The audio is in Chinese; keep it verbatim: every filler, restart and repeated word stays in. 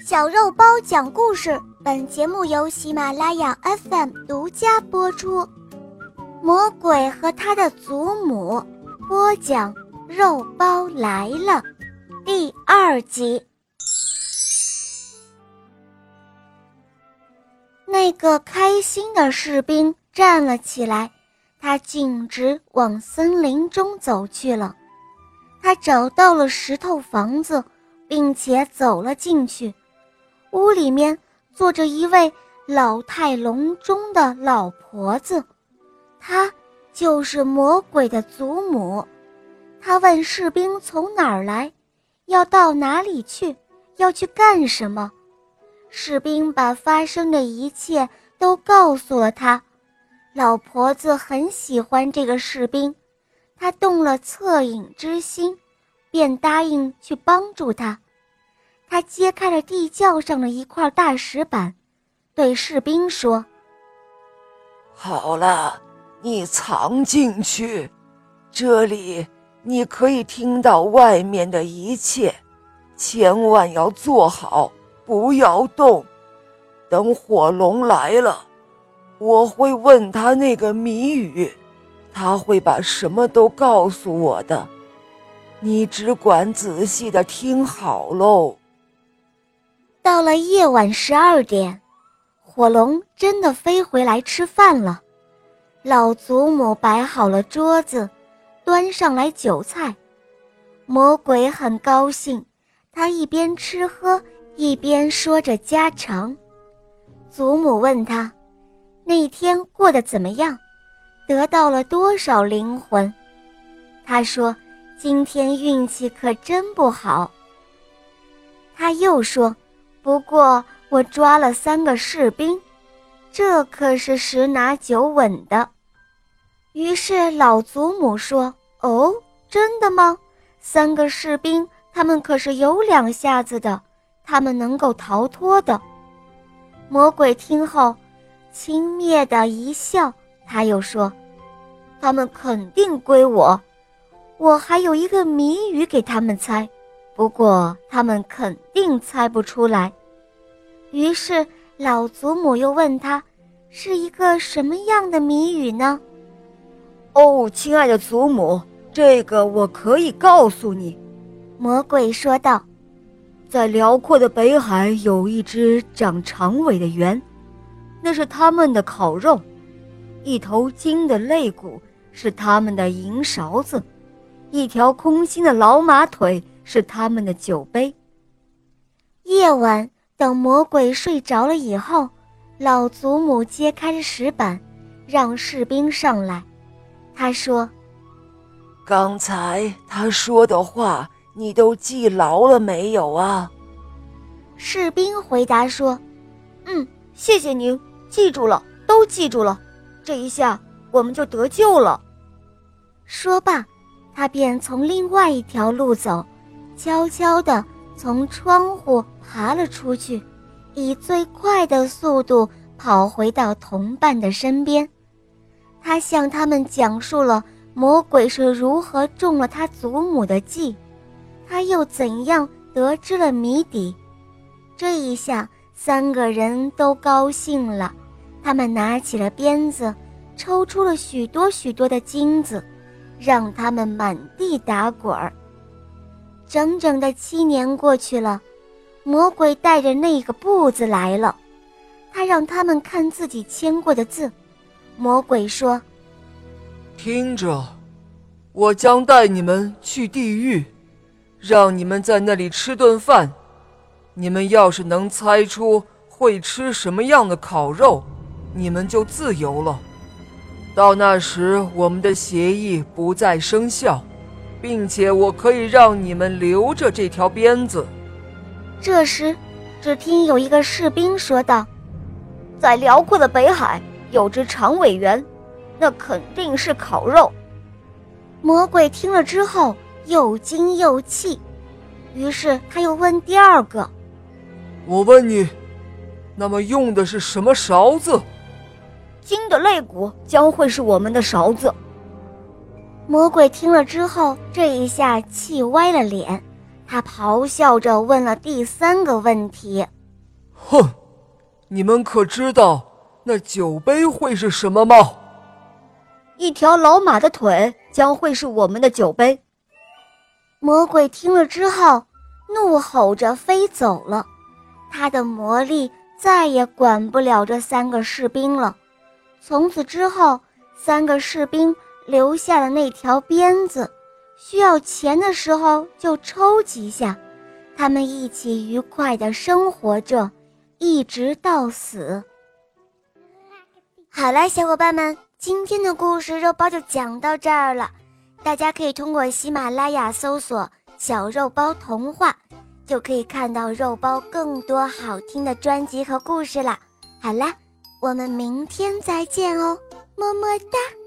小肉包讲故事，本节目由喜马拉雅 F M 独家播出。魔鬼和他的祖母，播讲肉包来了第二集。那个开心的士兵站了起来，他径直往森林中走去了。他找到了石头房子，并且走了进去。屋里面坐着一位老态龙钟的老婆子，她就是魔鬼的祖母。她问士兵从哪儿来，要到哪里去，要去干什么。士兵把发生的一切都告诉了他。老婆子很喜欢这个士兵，她动了恻隐之心，便答应去帮助他。他揭开了地窖上的一块大石板，对士兵说： 好了，你藏进去，这里你可以听到外面的一切，千万要坐好，不要动。等火龙来了，我会问他那个谜语，他会把什么都告诉我的，你只管仔细地听好喽。 到了夜晚十二点，火龙真的飞回来吃饭了。老祖母摆好了桌子，端上来酒菜。魔鬼很高兴，他一边吃喝，一边说着家常。祖母问他，那天过得怎么样？得到了多少灵魂？他说，今天运气可真不好。他又说，不过我抓了三个士兵，这可是十拿九稳的。于是老祖母说，哦，真的吗？三个士兵，他们可是有两下子的，他们能够逃脱的。魔鬼听后轻蔑地一笑，他又说，他们肯定归我，我还有一个谜语给他们猜，不过他们肯定猜不出来。于是老祖母又问他，是一个什么样的谜语呢？ 哦，亲爱的祖母，这个我可以告诉你。 魔鬼说道， 在辽阔的北海有一只长长尾的猿，那是他们的烤肉；一头金的肋骨是他们的银勺子；一条空心的老马腿是他们的酒杯。 夜晚等魔鬼睡着了以后，老祖母揭开石板，让士兵上来。他说， 刚才他说的话你都记牢了没有啊？ 士兵回答说， 嗯，谢谢您，记住了，都记住了，这一下我们就得救了。 说罢，他便从另外一条路走，悄悄地从窗户爬了出去，以最快的速度跑回到同伴的身边。他向他们讲述了魔鬼是如何中了他祖母的计，他又怎样得知了谜底。这一下三个人都高兴了，他们拿起了鞭子，抽出了许多许多的金子，让他们满地打滚儿。整整的七年过去了，魔鬼带着那个簿子来了，他让他们看自己签过的字。魔鬼说， 听着，我将带你们去地狱，让你们在那里吃顿饭。你们要是能猜出会吃什么样的烤肉，你们就自由了。到那时我们的协议不再生效，并且我可以让你们留着这条鞭子。 这时只听有一个士兵说道， 在辽阔的北海有只长尾猿，那肯定是烤肉。 魔鬼听了之后又惊又气，于是他又问第二个， 我问你，那么用的是什么勺子？ 金的肋骨将会是我们的勺子。 魔鬼听了之后，这一下气歪了脸， 他咆哮着问了第三个问题。 哼，你们可知道那酒杯会是什么吗？ 一条老马的腿将会是我们的酒杯。 魔鬼听了之后，怒吼着飞走了。他的魔力再也管不了这三个士兵了。从此之后，三个士兵留下了那条鞭子，需要钱的时候就抽几下。他们一起愉快地生活着，一直到死。好了，小伙伴们，今天的故事肉包就讲到这儿了。大家可以通过喜马拉雅搜索小肉包童话，就可以看到肉包更多好听的专辑和故事啦。好啦，我们明天再见哦，么么哒。